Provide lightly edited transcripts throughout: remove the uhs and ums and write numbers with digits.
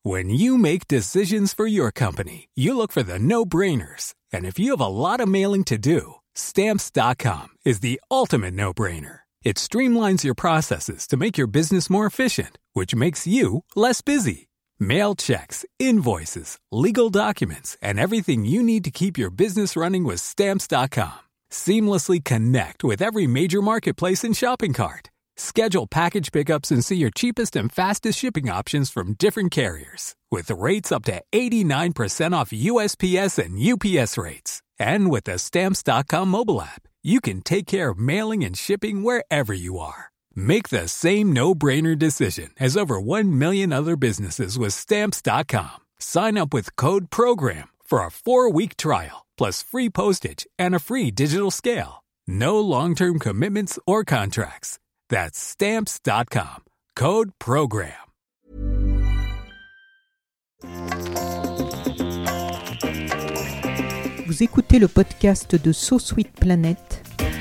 When you make decisions for your company, you look for the no-brainers. And if you have a lot of mailing to do, Stamps.com is the ultimate no-brainer. It streamlines your processes to make your business more efficient, which makes you less busy. Mail checks, invoices, legal documents, and everything you need to keep your business running with Stamps.com. Seamlessly connect with every major marketplace and shopping cart. Schedule package pickups and see your cheapest and fastest shipping options from different carriers. With rates up to 89% off USPS and UPS rates. And with the Stamps.com mobile app, you can take care of mailing and shipping wherever you are. Make the same no-brainer decision as over 1 million other businesses with Stamps.com. Sign up with code PROGRAM for a 4-week trial, plus free postage and a free digital scale. No long-term commitments or contracts. That's Stamps.com. Code PROGRAM. Vous écoutez le podcast de So Sweet Planet.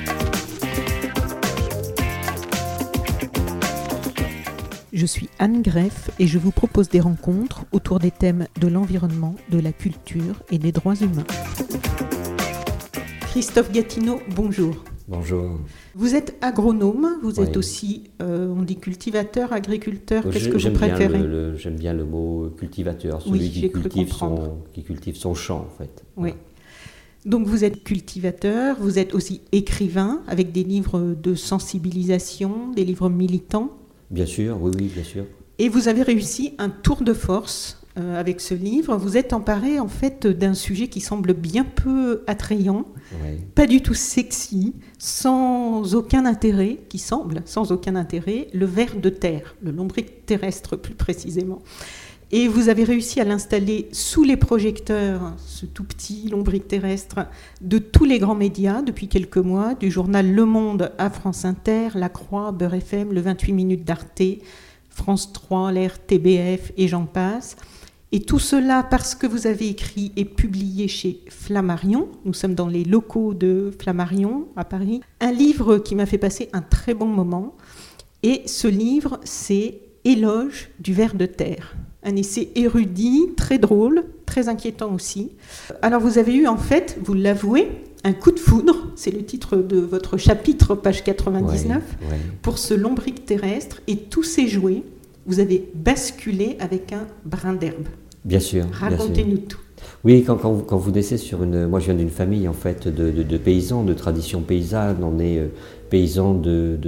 Je suis Anne Greff et je vous propose des rencontres autour des thèmes de l'environnement, de la culture et des droits humains. Christophe Gatineau, bonjour. Bonjour. Vous êtes agronome, vous êtes aussi, on dit cultivateur, agriculteur, qu'est-ce que vous préférez ? J'aime bien le mot cultivateur, celui qui cultive son champ en fait. Oui. Donc vous êtes cultivateur, vous êtes aussi écrivain avec des livres de sensibilisation, des livres militants. Bien sûr, oui, bien sûr. Et vous avez réussi un tour de force avec ce livre. Vous êtes emparé en fait d'un sujet qui semble bien peu attrayant, pas du tout sexy, sans aucun intérêt, le ver de terre, le lombric terrestre plus précisément. Et vous avez réussi à l'installer sous les projecteurs, ce tout petit lombric terrestre, de tous les grands médias depuis quelques mois, du journal Le Monde à France Inter, La Croix, Beurre FM, le 28 minutes d'Arte, France 3, l'RTBF et j'en passe. Et tout cela parce que vous avez écrit et publié chez Flammarion, nous sommes dans les locaux de Flammarion à Paris, un livre qui m'a fait passer un très bon moment. Et ce livre, c'est Éloge du ver de terre. Un essai érudit, très drôle, très inquiétant aussi. Alors vous avez eu en fait, vous l'avouez, un coup de foudre, c'est le titre de votre chapitre, page 99, pour ce lombric terrestre et tous ces jouets, vous avez basculé avec un brin d'herbe. Bien sûr. Racontez-nous tout. Oui, quand vous naissez sur une... Moi je viens d'une famille en fait de paysans, de tradition paysanne, on est paysans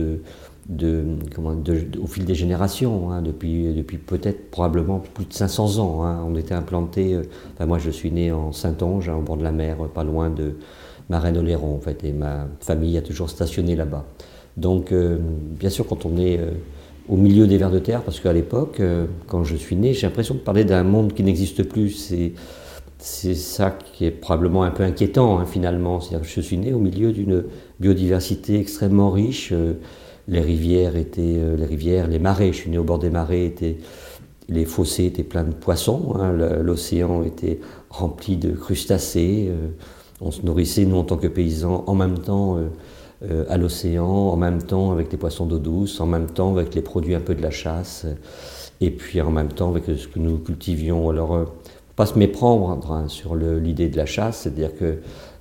au fil des générations, depuis peut-être probablement plus de 500 ans. On était implantés, moi je suis né en Saintonge, au bord de la mer, pas loin de Marennes-Oléron en fait, et ma famille a toujours stationné là-bas. Donc bien sûr quand on est au milieu des vers de terre, parce qu'à l'époque, quand je suis né, j'ai l'impression de parler d'un monde qui n'existe plus. C'est ça qui est probablement un peu inquiétant finalement, c'est-à-dire que je suis né au milieu d'une biodiversité extrêmement riche. Les rivières, les marais, je suis né au bord des marais, les fossés étaient pleins de poissons, l'océan était rempli de crustacés, on se nourrissait, nous en tant que paysans, en même temps à l'océan, en même temps avec les poissons d'eau douce, en même temps avec les produits un peu de la chasse, et puis en même temps avec ce que nous cultivions. Alors, faut pas se méprendre sur l'idée de la chasse, c'est-à-dire que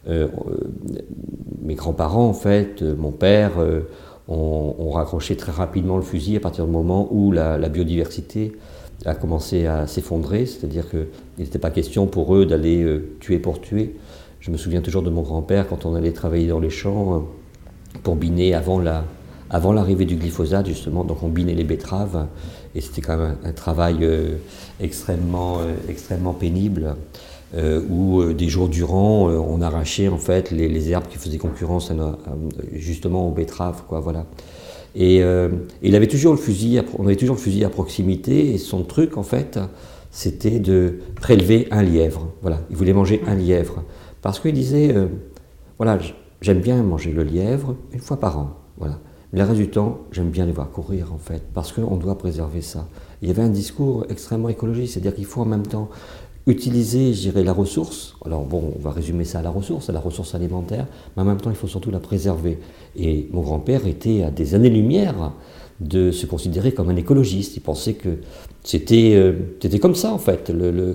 mes grands-parents, en fait, mon père... ont raccroché très rapidement le fusil à partir du moment où la biodiversité a commencé à s'effondrer, c'est-à-dire qu'il n'était pas question pour eux d'aller tuer pour tuer. Je me souviens toujours de mon grand-père quand on allait travailler dans les champs pour biner avant l'arrivée du glyphosate justement, donc on binait les betteraves et c'était quand même un travail extrêmement pénible. Où des jours durant, on arrachait en fait les herbes qui faisaient concurrence justement aux betteraves, voilà. Et il avait toujours on avait toujours le fusil à proximité, et son truc en fait, c'était de prélever un lièvre. Voilà, il voulait manger un lièvre parce qu'il disait, j'aime bien manger le lièvre une fois par an, voilà. Mais le reste du temps, j'aime bien les voir courir en fait, parce qu'on doit préserver ça. Il y avait un discours extrêmement écologiste, c'est-à-dire qu'il faut en même temps utiliser, je dirais, la ressource. Alors bon, on va résumer ça à la ressource alimentaire, mais en même temps, il faut surtout la préserver. Et mon grand-père était à des années-lumière de se considérer comme un écologiste. Il pensait que c'était comme ça, en fait,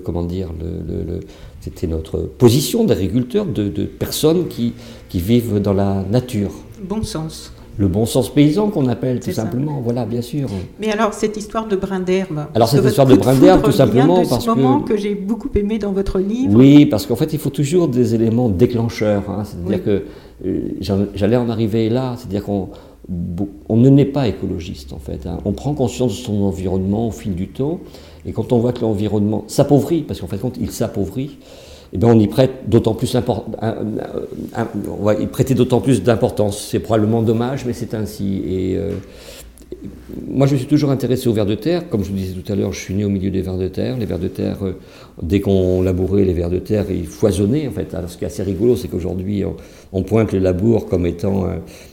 c'était notre position d'agriculteur, de personnes qui vivent dans la nature. Bon sens. Le bon sens paysan qu'on appelle, tout C'est simplement, ça. Voilà, bien sûr. Mais alors, cette histoire de brin d'herbe. Alors, cette histoire de brin d'herbe, tout simplement, parce que... C'est un moment que j'ai beaucoup aimé dans votre livre. Oui, parce qu'en fait, il faut toujours des éléments déclencheurs. Hein, c'est-à-dire que j'allais en arriver là, c'est-à-dire qu'on ne naît pas écologiste, en fait. Hein. On prend conscience de son environnement au fil du temps, et quand on voit que l'environnement s'appauvrit, parce qu'en fait, il s'appauvrit, eh bien, on y prête d'autant plus on va y prêter d'autant plus d'importance. C'est probablement dommage, mais c'est ainsi. Et moi, je me suis toujours intéressé aux vers de terre. Comme je vous disais tout à l'heure, je suis né au milieu des vers de terre. Les vers de terre, dès qu'on labourait les vers de terre, ils foisonnaient. En fait, alors, ce qui est assez rigolo, c'est qu'aujourd'hui, on pointe le labour comme étant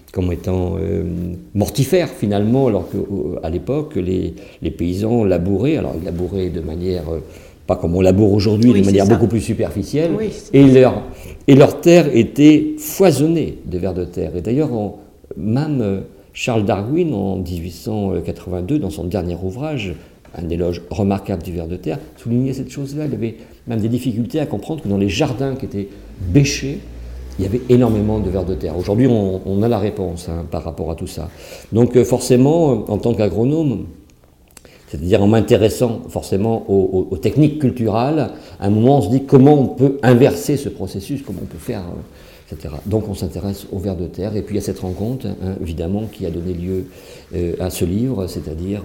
mortifère finalement, alors qu'à l'époque, les paysans labouraient. Alors, ils labouraient de manière pas comme on laboure aujourd'hui, de manière beaucoup plus superficielle, et leur terre était foisonnée de vers de terre. Et d'ailleurs, même Charles Darwin, en 1882, dans son dernier ouvrage, un éloge remarquable du ver de terre, soulignait cette chose-là. Il avait même des difficultés à comprendre que dans les jardins qui étaient bêchés, il y avait énormément de vers de terre. Aujourd'hui, on a la réponse par rapport à tout ça. Donc forcément, en tant qu'agronome, c'est-à-dire en m'intéressant forcément aux techniques culturales, à un moment on se dit comment on peut inverser ce processus, comment on peut faire, etc. Donc on s'intéresse aux vers de terre, et puis il y a cette rencontre, évidemment, qui a donné lieu à ce livre, c'est-à-dire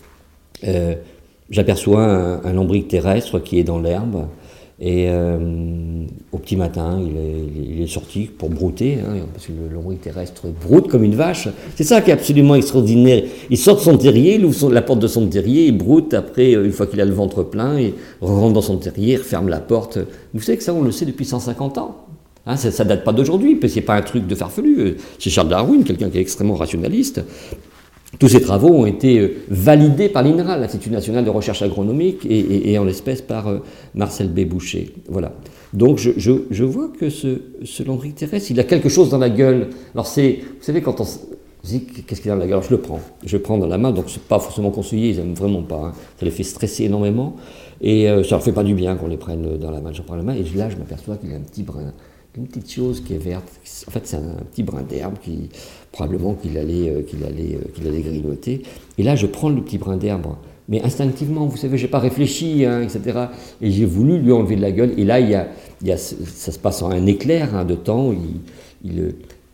j'aperçois un lombric terrestre qui est dans l'herbe, et au petit matin, il est sorti pour brouter, parce que le lombric terrestre broute comme une vache. C'est ça qui est absolument extraordinaire. Il sort de son terrier, il ouvre la porte de son terrier, il broute. Après, une fois qu'il a le ventre plein, il rentre dans son terrier, il referme la porte. Vous savez que ça, on le sait depuis 150 ans. Ça date pas d'aujourd'hui, parce que c'est pas un truc de farfelu. C'est Charles Darwin, quelqu'un qui est extrêmement rationaliste. Tous ces travaux ont été validés par l'INRA, l'Institut national de recherche agronomique, et en l'espèce par Marcel B. Boucher. Voilà. Donc je vois que ce lombric terrestre, il a quelque chose dans la gueule. Alors vous savez, quand on se dit qu'est-ce qu'il a dans la gueule, alors je le prends dans la main, donc c'est pas forcément conseillé, ils n'aiment vraiment pas. Ça les fait stresser énormément, et ça leur fait pas du bien qu'on les prenne dans la main. Je prends la main, et là je m'aperçois qu'il a un petit brin. Une petite chose qui est verte, en fait c'est un petit brin d'herbe qui probablement qu'il allait grignoter. Et là je prends le petit brin d'herbe, mais instinctivement, vous savez, j'ai pas réfléchi, etc. Et j'ai voulu lui enlever de la gueule. Et là ça se passe en un éclair de temps. Il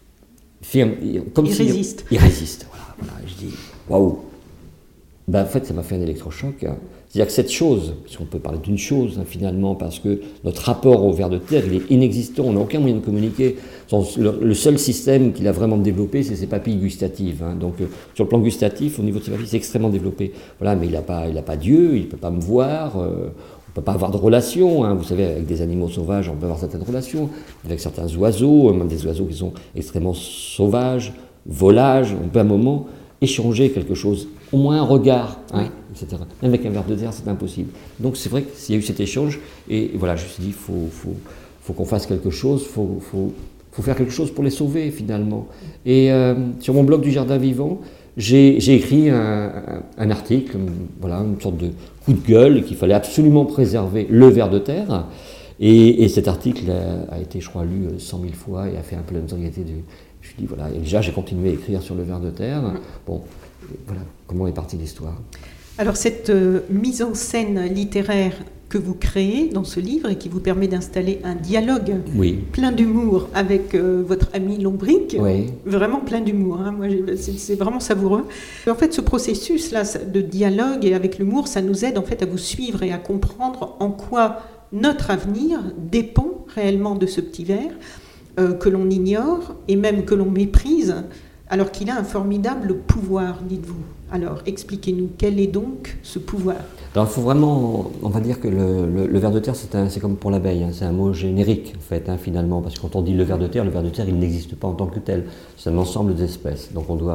résiste. Il résiste. Voilà. Je dis waouh. En fait, ça m'a fait un électrochoc. C'est-à-dire que cette chose, si on peut parler d'une chose finalement, parce que notre rapport au ver de terre, il est inexistant, on n'a aucun moyen de communiquer. Le seul système qu'il a vraiment développé, c'est ses papilles gustatives. Donc sur le plan gustatif, au niveau de ses papilles, c'est extrêmement développé. Voilà, mais il n'a pas d'yeux, il ne peut pas me voir, on ne peut pas avoir de relations. Vous savez, avec des animaux sauvages, on peut avoir certaines relations. Avec certains oiseaux, même des oiseaux qui sont extrêmement sauvages, volages, on peut à un moment échanger quelque chose, au moins un regard, etc. Même avec un ver de terre, c'est impossible. Donc c'est vrai qu'il y a eu cet échange, et voilà, je me suis dit, faut qu'on fasse quelque chose, faut faire quelque chose pour les sauver finalement. Et sur mon blog du Jardin Vivant, j'ai écrit un article, voilà, une sorte de coup de gueule, qu'il fallait absolument préserver le ver de terre. Et cet article a été, je crois, lu 100 000 fois et a fait un peu la notoriété du... Je me suis dit, voilà, et déjà j'ai continué à écrire sur le ver de terre. Bon, voilà comment est partie l'histoire. Alors cette mise en scène littéraire que vous créez dans ce livre et qui vous permet d'installer un dialogue plein d'humour avec votre ami Lombric, vraiment plein d'humour, moi, c'est vraiment savoureux. En fait, ce processus-là de dialogue et avec l'humour, ça nous aide en fait à vous suivre et à comprendre en quoi notre avenir dépend réellement de ce petit ver que l'on ignore et même que l'on méprise, alors qu'il a un formidable pouvoir, dites-vous. Alors, expliquez-nous, quel est donc ce pouvoir ? Alors, il faut vraiment, on va dire que le ver de terre, c'est comme pour l'abeille, c'est un mot générique, en fait, finalement, parce que quand on dit le ver de terre, il n'existe pas en tant que tel, c'est un ensemble d'espèces. Donc, on doit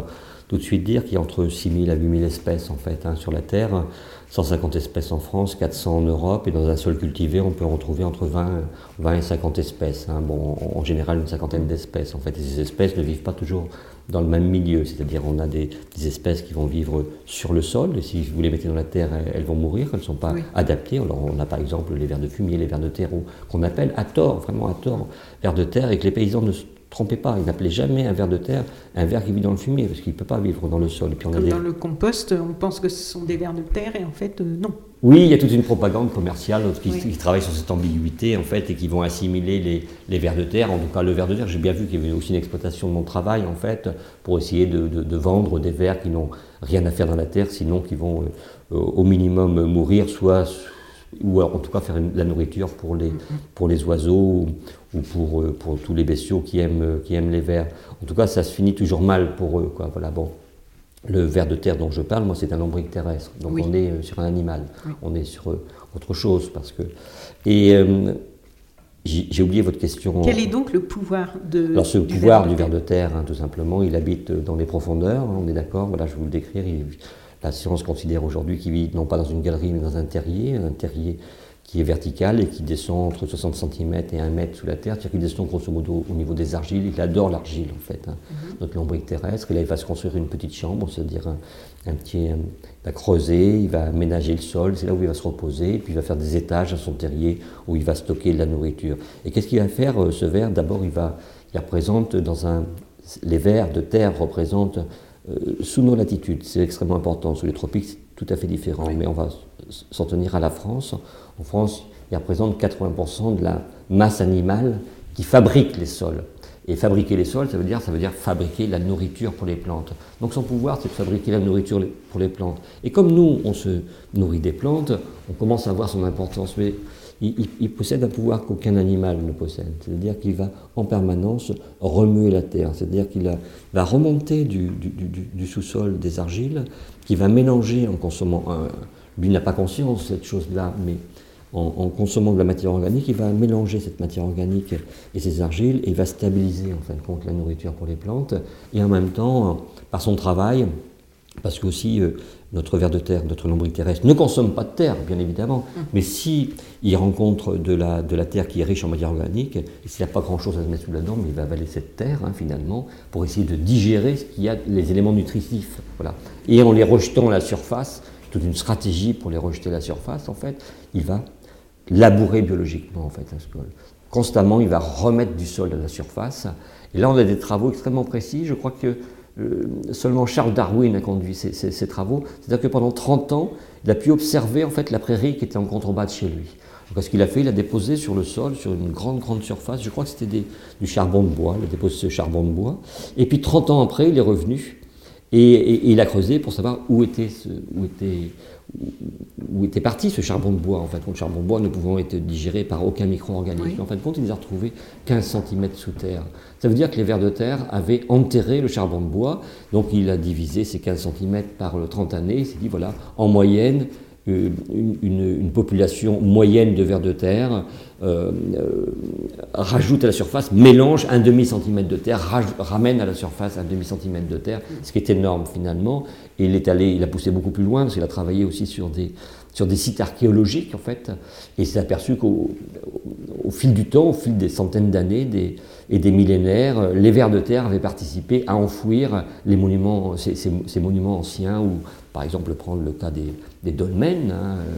tout de suite dire qu'il y a entre 6 000 à 8 000 espèces en fait sur la Terre, 150 espèces en France, 400 en Europe, et dans un sol cultivé, on peut retrouver entre 20 et 50 espèces. Bon, en général, une cinquantaine d'espèces en fait. Et ces espèces ne vivent pas toujours dans le même milieu, c'est-à-dire on a des espèces qui vont vivre sur le sol, et si vous les mettez dans la terre, elles vont mourir, elles ne sont pas adaptées. Alors on a par exemple les vers de fumier, les vers de terreau, qu'on appelle à tort, vraiment à tort, vers de terre, et que les paysans ne se trompaient pas, ils n'appelaient jamais un ver de terre un ver qui vit dans le fumier, parce qu'il ne peut pas vivre dans le sol. Et puis Comme dans le compost, on pense que ce sont des vers de terre, et en fait non. Oui, il y a toute une propagande commerciale qui travaille sur cette ambiguïté en fait, et qui vont assimiler les vers de terre. En tout cas, le ver de terre, j'ai bien vu qu'il y avait aussi une exploitation de mon travail en fait, pour essayer de vendre des vers qui n'ont rien à faire dans la terre, sinon qui vont au minimum mourir, ou en tout cas faire la nourriture pour les oiseaux ou pour tous les bestiaux qui aiment les vers. En tout cas, ça se finit toujours mal pour eux, quoi. Voilà, bon. Le ver de terre dont je parle, moi, c'est un lombric terrestre. Donc on est sur un animal, on est sur autre chose. Et j'ai oublié votre question. Quel est donc le pouvoir Alors ce pouvoir du ver de terre, tout simplement, il habite dans les profondeurs, on est d'accord, voilà, je vais vous le décrire. La science considère aujourd'hui qu'il vit non pas dans une galerie, mais dans un terrier qui est vertical et qui descend entre 60 cm et 1 mètre sous la terre, c'est-à-dire qu'il descend grosso modo au niveau des argiles. Il adore l'argile en fait, notre lombric terrestre. Et là il va se construire une petite chambre, c'est-à-dire il va creuser, il va aménager le sol, c'est là où il va se reposer, et puis il va faire des étages à son terrier où il va stocker de la nourriture. Et qu'est-ce qu'il va faire ce ver? D'abord il représente les vers de terre représentent sous nos latitudes, c'est extrêmement important. Sous les tropiques, c'est tout à fait différent. Mais on va s'en tenir à la France. En France, il représente 80% de la masse animale qui fabrique les sols. Et fabriquer les sols, ça veut dire fabriquer la nourriture pour les plantes. Donc son pouvoir, c'est de fabriquer la nourriture pour les plantes. Et comme nous, on se nourrit des plantes, on commence à voir son importance. Mais il possède un pouvoir qu'aucun animal ne possède. C'est-à-dire qu'il va en permanence remuer la terre. C'est-à-dire qu'il va remonter du sous-sol des argiles, qu'il va mélanger en consommant. Lui n'a pas conscience de cette chose-là, mais en consommant de la matière organique, il va mélanger cette matière organique et ces argiles, et il va stabiliser en fin de compte la nourriture pour les plantes. Et en même temps, par son travail, parce que aussi notre ver de terre, notre lombric terrestre ne consomme pas de terre, bien évidemment, mais si il rencontre de la terre qui est riche en matière organique, et s'il n'a pas grand-chose à se mettre sous la dent, mais il va avaler cette terre, finalement, pour essayer de digérer ce qu'il y a, les éléments nutritifs. Voilà. Et en les rejetant à la surface, toute une stratégie pour les rejeter à la surface, en fait, il va labourer biologiquement, en fait, un sol. Constamment, il va remettre du sol à la surface. Et là, on a des travaux extrêmement précis. Je crois que seulement Charles Darwin a conduit ces travaux. C'est-à-dire que pendant 30 ans, il a pu observer en fait la prairie qui était en contrebas de chez lui. Donc, ce qu'il a fait, il a déposé sur le sol, sur une grande surface, je crois que c'était du charbon de bois, il a déposé ce charbon de bois. Et puis 30 ans après, il est revenu et il a creusé pour savoir où était parti ce charbon de bois. En fait, le charbon de bois ne pouvant être digéré par aucun micro-organisme. En fin de compte, il les a retrouvés 15 cm sous terre. Ça veut dire que les vers de terre avaient enterré le charbon de bois. Donc il a divisé ces 15 cm par 30 années. Il s'est dit, voilà, en moyenne, une population moyenne de vers de terre rajoute à la surface, mélange un demi-centimètre de terre, ramène à la surface un demi-centimètre de terre, ce qui est énorme finalement. Et il a poussé beaucoup plus loin, parce qu'il a travaillé aussi sur des sites archéologiques en fait, et il s'est aperçu qu'au fil du temps, au fil des centaines d'années et des millénaires, les vers de terre avaient participé à enfouir les monuments, ces monuments anciens, ou par exemple prendre le cas des dolmens,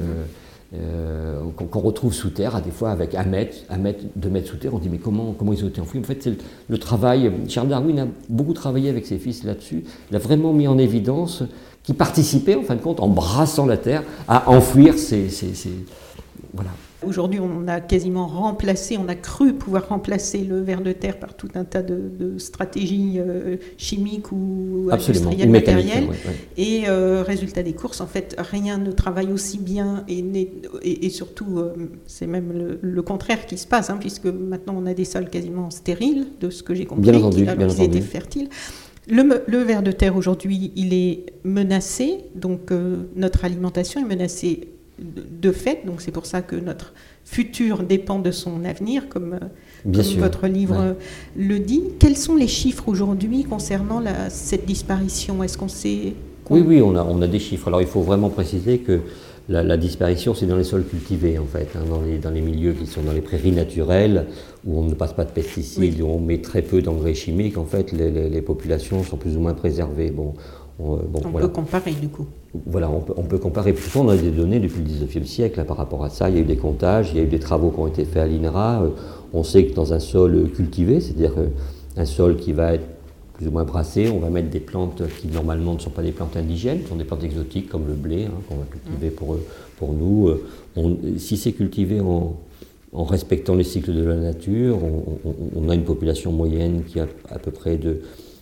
qu'on retrouve sous terre, à des fois avec 1 mètre, 2 mètres sous terre. On dit mais comment ils ont été enfouis? En fait, c'est le travail. Charles Darwin a beaucoup travaillé avec ses fils là-dessus. Il a vraiment mis en évidence qu'ils participaient, en fin de compte, en brassant la terre, à enfouir voilà. Aujourd'hui, on a quasiment on a cru pouvoir remplacer le ver de terre par tout un tas de stratégies chimiques ou industrielles, matérielles. Et résultat des courses, en fait, rien ne travaille aussi bien et surtout, c'est même le contraire qui se passe, puisque maintenant on a des sols quasiment stériles, de ce que j'ai compris, alors qu'ils étaient fertiles. Le ver de terre aujourd'hui, il est menacé, donc notre alimentation est menacée de fait, donc c'est pour ça que notre futur dépend de son avenir, comme votre livre le dit. Quels sont les chiffres aujourd'hui concernant cette disparition? Est-ce qu'on sait... Oui, on a des chiffres. Alors il faut vraiment préciser que la disparition, c'est dans les sols cultivés, en fait, dans les milieux qui sont dans les prairies naturelles, où on ne passe pas de pesticides, où on met très peu d'engrais chimiques. En fait, les populations sont plus ou moins préservées. On peut comparer, du coup. Voilà, on peut comparer. Puis on a des données depuis le 19e siècle par rapport à ça. Il y a eu des comptages, il y a eu des travaux qui ont été faits à l'INRA. On sait que dans un sol cultivé, c'est-à-dire un sol qui va être plus ou moins brassé, on va mettre des plantes qui normalement ne sont pas des plantes indigènes, ce sont des plantes exotiques comme le blé, qu'on va cultiver pour nous. Si c'est cultivé en respectant les cycles de la nature, on a une population moyenne qui a à peu près de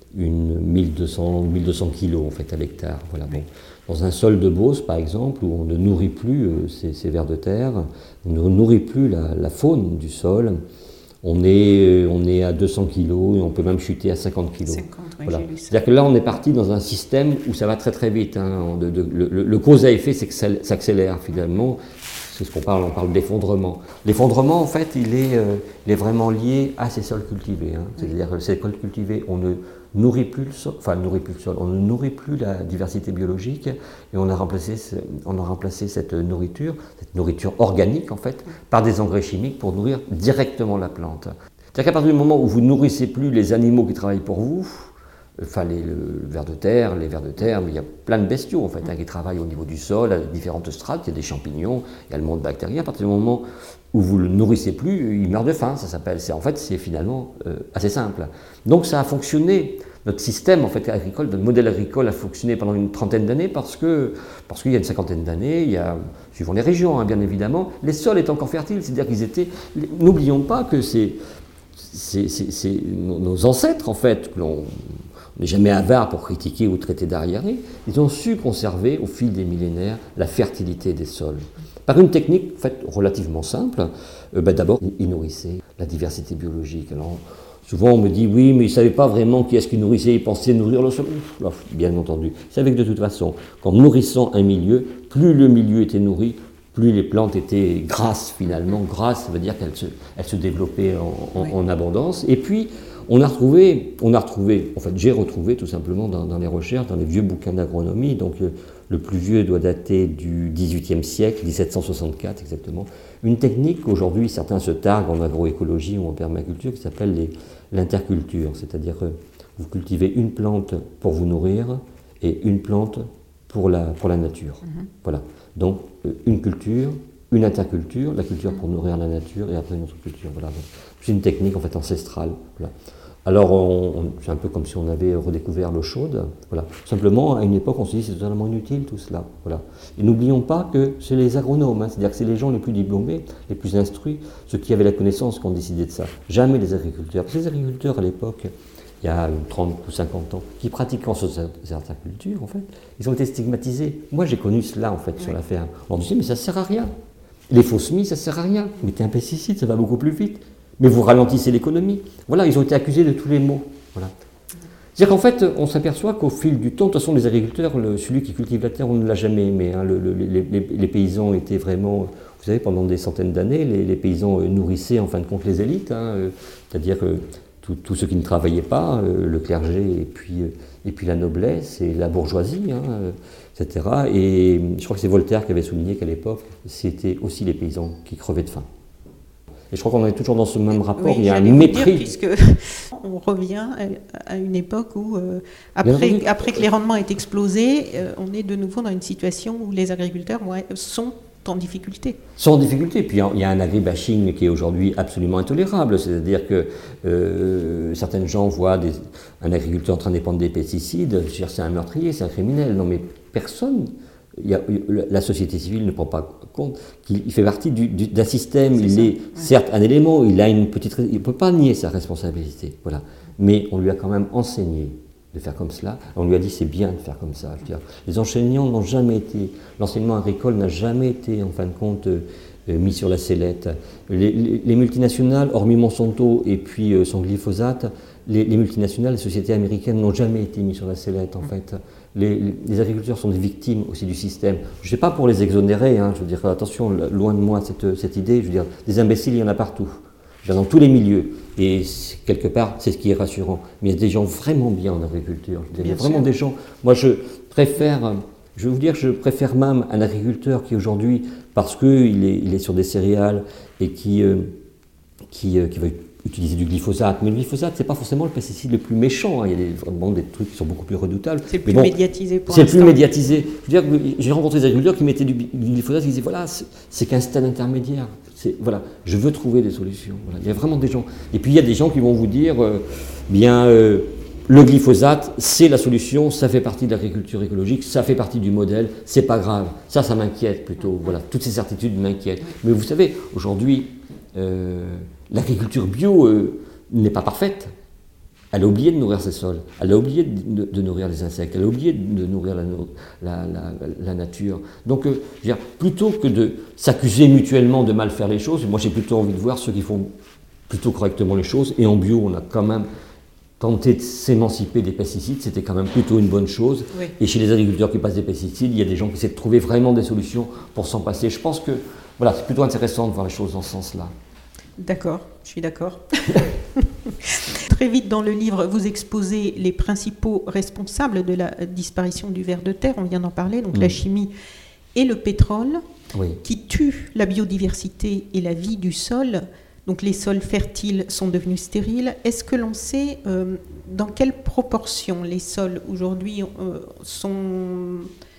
1200 kilos en fait, à l'hectare. Voilà, bon. Dans un sol de Beauce, par exemple, où on ne nourrit plus ces vers de terre, on ne nourrit plus la faune du sol, on est à 200 kilos et on peut même chuter à 50 kilos. 50, oui, voilà. J'ai lu ça. C'est-à-dire que là, on est parti dans un système où ça va très très vite. Le cause à effet, c'est que ça s'accélère finalement. C'est ce on parle d'effondrement. L'effondrement, en fait, il est vraiment lié à ces sols cultivés. C'est-à-dire que ces sols cultivés, on ne nourrit plus le sol, on ne nourrit plus la diversité biologique et on a remplacé cette nourriture organique, en fait, par des engrais chimiques pour nourrir directement la plante. C'est-à-dire qu'à partir du moment où vous ne nourrissez plus les animaux qui travaillent pour vous, les vers de terre, mais il y a plein de bestiaux en fait, qui travaillent au niveau du sol, à différentes strates, il y a des champignons, il y a le monde bactérien. À partir du moment où vous ne le nourrissez plus, il meurt de faim, ça s'appelle. C'est finalement assez simple. Donc ça a fonctionné. Notre système en fait, agricole, notre modèle agricole a fonctionné pendant une trentaine d'années parce qu'il y a une cinquantaine d'années, suivant les régions bien évidemment, les sols étaient encore fertiles, c'est-à-dire qu'ils étaient... N'oublions pas que c'est nos ancêtres en fait, on n'est jamais avare pour critiquer ou traiter d'arriérés, ils ont su conserver au fil des millénaires la fertilité des sols. Par une technique en fait, relativement simple, d'abord ils nourrissaient la diversité biologique. Alors, souvent on me dit oui, mais ils ne savaient pas vraiment qui est-ce qu'ils nourrissaient, ils pensaient nourrir le sol. Bien entendu, ils savaient que de toute façon, qu'en nourrissant un milieu, plus le milieu était nourri, plus les plantes étaient grasses finalement. Grasse, ça veut dire qu'elles se développaient en abondance. Et puis, j'ai retrouvé tout simplement dans les recherches, dans les vieux bouquins d'agronomie, donc le plus vieux doit dater du XVIIIe siècle, 1764 exactement, une technique qu'aujourd'hui certains se targuent en agroécologie ou en permaculture qui s'appelle l'interculture, c'est-à-dire que vous cultivez une plante pour vous nourrir et une plante pour la nature. Voilà. Donc une culture, une interculture, la culture pour nourrir la nature et après une autre culture. Voilà. C'est une technique en fait ancestrale. Voilà. Alors c'est un peu comme si on avait redécouvert l'eau chaude. Voilà. Simplement, à une époque, on se dit c'est totalement inutile tout cela. Voilà. Et n'oublions pas que c'est les agronomes, c'est-à-dire que c'est les gens les plus diplômés, les plus instruits, ceux qui avaient la connaissance qui ont décidé de ça. Jamais les agriculteurs. Parce que les agriculteurs à l'époque, il y a 30 ou 50 ans, qui pratiquaient certaines cultures, en fait, ils ont été stigmatisés. Moi, j'ai connu cela, en fait, sur la ferme. On disait, mais ça ne sert à rien. Les faux semis, ça ne sert à rien. Mettez un pesticide, ça va beaucoup plus vite. Mais vous ralentissez l'économie. Voilà, ils ont été accusés de tous les maux. Voilà. C'est-à-dire qu'en fait, on s'aperçoit qu'au fil du temps, de toute façon, les agriculteurs, celui qui cultive la terre, on ne l'a jamais aimé. Les paysans étaient vraiment... Vous savez, pendant des centaines d'années, les paysans nourrissaient, en fin de compte, les élites. C'est-à-dire que tous ceux qui ne travaillaient pas, le clergé et puis la noblesse et la bourgeoisie, etc. Et je crois que c'est Voltaire qui avait souligné qu'à l'époque, c'était aussi les paysans qui crevaient de faim. Et je crois qu'on est toujours dans ce même rapport, oui, il y a un mépris. Puisque on revient à une époque où, après que les rendements aient explosé, on est de nouveau dans une situation où les agriculteurs sont en difficulté. Sont en difficulté. Puis il y a un agribashing qui est aujourd'hui absolument intolérable. C'est-à-dire que certains gens voient un agriculteur en train de dépendre des pesticides. Je veux dire, c'est un meurtrier, c'est un criminel. Non, mais personne. La société civile ne prend pas compte qu'il fait partie d'un système. Il est certes un élément. Il a il ne peut pas nier sa responsabilité. Voilà. Mais on lui a quand même enseigné de faire comme cela. On lui a dit c'est bien de faire comme ça. Je veux dire, les enseignants n'ont jamais été, l'enseignement agricole n'a jamais été en fin de compte mis sur la sellette. Les multinationales, hormis Monsanto et puis son glyphosate, les multinationales, les sociétés américaines n'ont jamais été mis sur la sellette en fait. Les agriculteurs sont des victimes aussi du système. Je ne sais pas pour les exonérer, je veux dire attention, loin de moi cette idée, je veux dire des imbéciles il y en a partout. Dans tous les milieux. Et quelque part, c'est ce qui est rassurant. Mais il y a des gens vraiment bien en agriculture. Il y a vraiment des gens. Moi, je vais vous dire, je préfère même un agriculteur qui aujourd'hui, parce qu'il est sur des céréales et qui va utiliser du glyphosate. Mais le glyphosate, c'est pas forcément le pesticide le plus méchant. Il y a vraiment des trucs qui sont beaucoup plus redoutables. C'est le plus médiatisé pour l'instant. C'est le plus médiatisé. Je veux dire, j'ai rencontré des agriculteurs qui mettaient du glyphosate, qui disaient voilà, c'est qu'un stade intermédiaire. Voilà, je veux trouver des solutions. Voilà. Il y a vraiment des gens. Et puis il y a des gens qui vont vous dire le glyphosate, c'est la solution, ça fait partie de l'agriculture écologique, ça fait partie du modèle, c'est pas grave. Ça m'inquiète plutôt. Voilà, toutes ces certitudes m'inquiètent. Mais vous savez, aujourd'hui, l'agriculture bio n'est pas parfaite. Elle a oublié de nourrir ses sols, elle a oublié de nourrir les insectes, elle a oublié de nourrir la nature. Donc, plutôt que de s'accuser mutuellement de mal faire les choses, moi j'ai plutôt envie de voir ceux qui font plutôt correctement les choses. Et en bio, on a quand même tenté de s'émanciper des pesticides, c'était quand même plutôt une bonne chose. Oui. Et chez les agriculteurs qui passent des pesticides, il y a des gens qui essaient de trouver vraiment des solutions pour s'en passer. Je pense que c'est plutôt intéressant de voir les choses dans ce sens-là. D'accord, je suis d'accord. Très vite dans le livre, vous exposez les principaux responsables de la disparition du ver de terre, on vient d'en parler, donc la chimie et le pétrole, qui tuent la biodiversité et la vie du sol. Donc les sols fertiles sont devenus stériles. Est-ce que l'on sait dans quelle proportion les sols aujourd'hui sont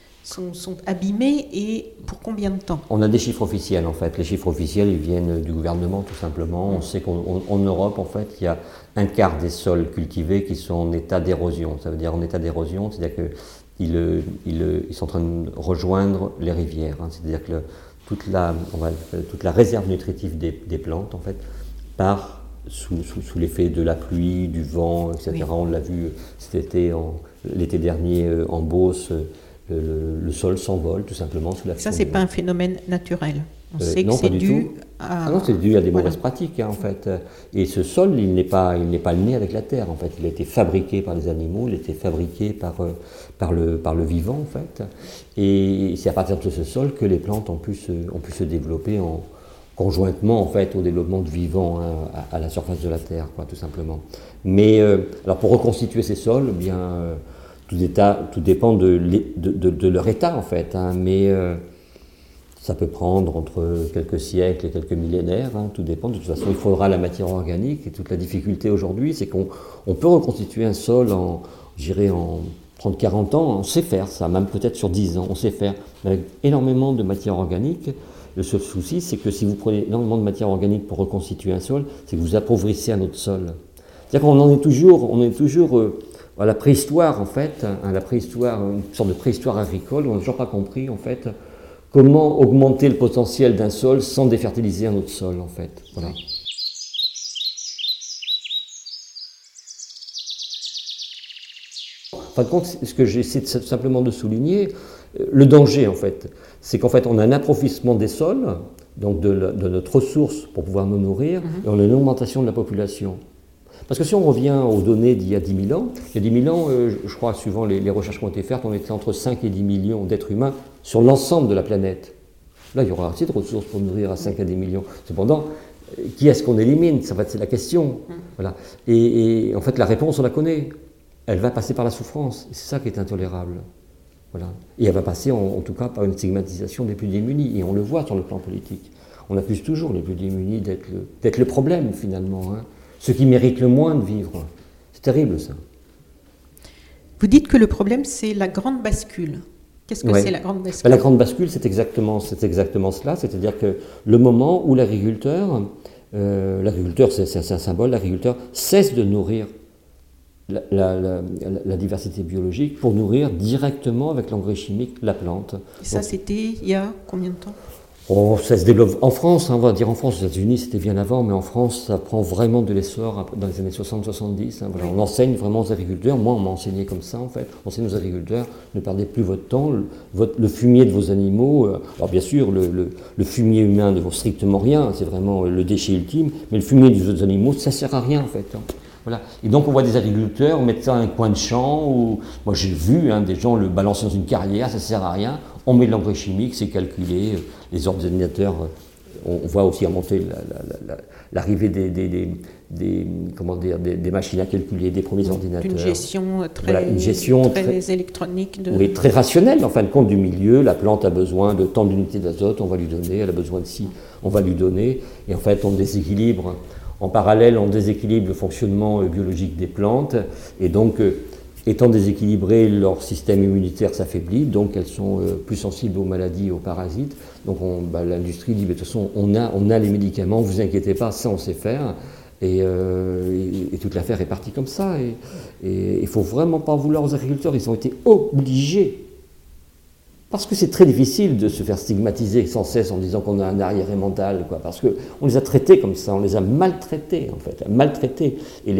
abîmés et pour combien de temps? On a des chiffres officiels en fait. Les chiffres officiels ils viennent du gouvernement tout simplement. On sait qu'en Europe en fait il y a un quart des sols cultivés qui sont en état d'érosion. Ça veut dire en état d'érosion, c'est-à-dire qu'ils sont en train de rejoindre les rivières. C'est-à-dire que toute la réserve nutritive des plantes en fait part sous l'effet de la pluie, du vent, etc. Oui. On l'a vu l'été dernier en Beauce. Le sol s'envole tout simplement sous l'action. Ça, c'est pas un phénomène naturel. On sait que c'est dû à... non, c'est dû à des mauvaises pratiques en fait. Et ce sol, il n'est pas né avec la terre en fait. Il a été fabriqué par les animaux, il a été fabriqué par le vivant en fait. Et c'est à partir de ce sol que les plantes ont pu se développer conjointement en fait au développement de vivants à la surface de la terre, quoi, tout simplement. Mais alors pour reconstituer ces sols, tout dépend de leur état en fait, mais ça peut prendre entre quelques siècles et quelques millénaires, tout dépend. De toute façon, il faudra la matière organique et toute la difficulté aujourd'hui, c'est qu'on peut reconstituer un sol en 30-40 ans, on sait faire ça, même peut-être sur 10 ans, on sait faire, avec énormément de matière organique. Le seul souci, c'est que si vous prenez énormément de matière organique pour reconstituer un sol, c'est que vous appauvrissez un autre sol. C'est-à-dire qu'on est toujours à la préhistoire en fait, la préhistoire, une sorte de préhistoire agricole, on n'a toujours pas compris en fait comment augmenter le potentiel d'un sol sans défertiliser un autre sol en fait. Voilà. En fin de compte, ce que j'essaie simplement de souligner, le danger en fait, c'est qu'en fait on a un approfondissement des sols, donc de notre ressource pour pouvoir nous nourrir, et on a une augmentation de la population. Parce que si on revient aux données d'il y a 10 000 ans, il y a 10 000 ans, je crois, suivant les recherches qui ont été faites, on était entre 5 et 10 millions d'êtres humains sur l'ensemble de la planète. Là, il y aura assez de ressources pour nourrir à 5 à 10 millions. Cependant, qui est-ce qu'on élimine? C'est la question. Voilà. Et en fait, la réponse, on la connaît. Elle va passer par la souffrance. C'est ça qui est intolérable. Voilà. Et elle va passer, en tout cas, par une stigmatisation des plus démunis. Et on le voit sur le plan politique. On accuse toujours les plus démunis d'être le problème, finalement. Ceux qui méritent le moins de vivre. C'est terrible, ça. Vous dites que le problème, c'est la grande bascule. Qu'est-ce que c'est la grande bascule? La grande bascule, c'est exactement cela. C'est-à-dire que le moment où l'agriculteur, c'est un symbole, l'agriculteur cesse de nourrir la diversité biologique pour nourrir directement avec l'engrais chimique la plante. Et ça, c'était il y a combien de temps? Ça se développe en France, on va dire en France, aux États-Unis c'était bien avant, mais en France ça prend vraiment de l'essor dans les années 60-70. Voilà. On enseigne vraiment aux agriculteurs, moi on m'a enseigné comme ça en fait, on enseigne aux agriculteurs, ne perdez plus votre temps, le fumier de vos animaux, alors bien sûr le fumier humain ne vaut strictement rien, c'est vraiment le déchet ultime, mais le fumier des autres animaux ça sert à rien en fait. Voilà. Et donc on voit des agriculteurs mettre ça dans un coin de champ, où moi j'ai vu des gens le balancer dans une carrière, ça sert à rien, on met de l'engrais chimique, c'est calculé, les ordinateurs, on voit aussi remonter l'arrivée des machines à calculer, des premiers ordinateurs. Une gestion très, voilà, une gestion très électronique. Oui, très rationnelle en fin de compte du milieu. La plante a besoin de tant d'unités d'azote, on va lui donner, elle a besoin de ci, on va lui donner, et en fait on déséquilibre. En parallèle, on déséquilibre le fonctionnement biologique des plantes, et donc étant déséquilibrées, leur système immunitaire s'affaiblit, donc elles sont plus sensibles aux maladies, aux parasites. Donc l'industrie dit, de toute façon, on a les médicaments, vous inquiétez pas, ça on sait faire. Et toute l'affaire est partie comme ça. Et il ne faut vraiment pas vouloir aux agriculteurs, ils ont été obligés. Parce que c'est très difficile de se faire stigmatiser sans cesse en disant qu'on a un arriéré mental, quoi, parce qu'on les a traités comme ça, on les a maltraités en fait, maltraités.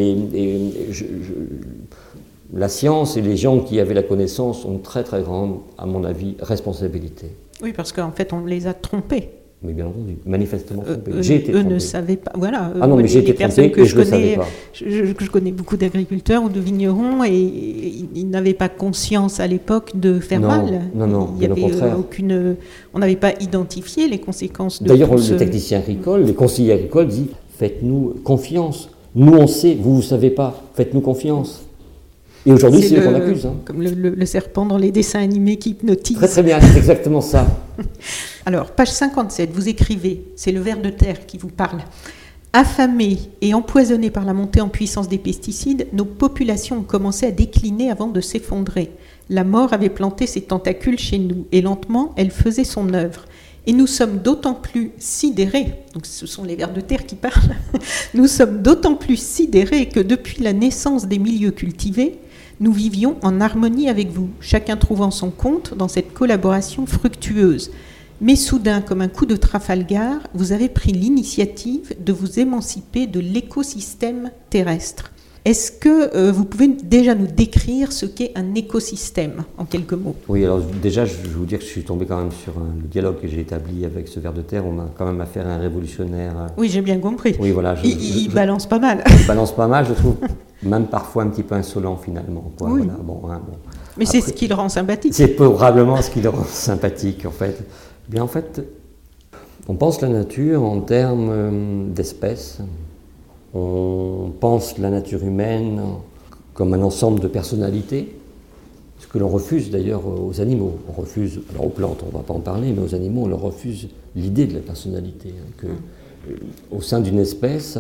La science et les gens qui avaient la connaissance ont une très très grande, à mon avis, responsabilité. Oui, parce qu'en fait, on les a trompés. Mais bien entendu, manifestement trompés. J'ai été trompé. Eux ne savaient pas. Voilà. Ah non, mais j'ai été trompé que et je ne le savais pas. Je connais beaucoup d'agriculteurs ou de vignerons et ils n'avaient pas conscience à l'époque de faire mal. Non, il y avait au contraire. On n'avait pas identifié les conséquences de D'ailleurs, les techniciens agricoles, les conseillers agricoles disent « Faites-nous confiance. Nous, on sait, vous ne savez pas. Faites-nous confiance. » Et aujourd'hui, c'est eux qu'on accuse. Comme le serpent dans les dessins animés qui hypnotise. Très très bien, c'est exactement ça. Alors, page 57, vous écrivez, c'est le ver de terre qui vous parle. Affamés et empoisonnés par la montée en puissance des pesticides, nos populations ont commencé à décliner avant de s'effondrer. La mort avait planté ses tentacules chez nous et lentement, elle faisait son œuvre. Et nous sommes d'autant plus sidérés, donc ce sont les vers de terre qui parlent, nous sommes d'autant plus sidérés que depuis la naissance des milieux cultivés, nous vivions en harmonie avec vous, chacun trouvant son compte dans cette collaboration fructueuse. Mais soudain, comme un coup de Trafalgar, vous avez pris l'initiative de vous émanciper de l'écosystème terrestre. Est-ce que vous pouvez déjà nous décrire ce qu'est un écosystème, en quelques mots ? Oui, alors déjà, je vais vous dire que je suis tombé quand même sur le dialogue que j'ai établi avec ce ver de terre. On a quand même affaire à un révolutionnaire. Oui, j'ai bien compris. Oui, voilà. Il balance pas mal. Il balance pas mal, je trouve, même parfois un petit peu insolent finalement. Quoi. Oui. Voilà, bon. Mais après, c'est ce qui le rend sympathique. C'est probablement ce qui le rend sympathique, en fait. Bien, en fait, on pense la nature en termes d'espèces. On pense la nature humaine comme un ensemble de personnalités, ce que l'on refuse d'ailleurs aux animaux. On refuse, alors aux plantes on ne va pas en parler, mais aux animaux on leur refuse l'idée de la personnalité. Au sein d'une espèce,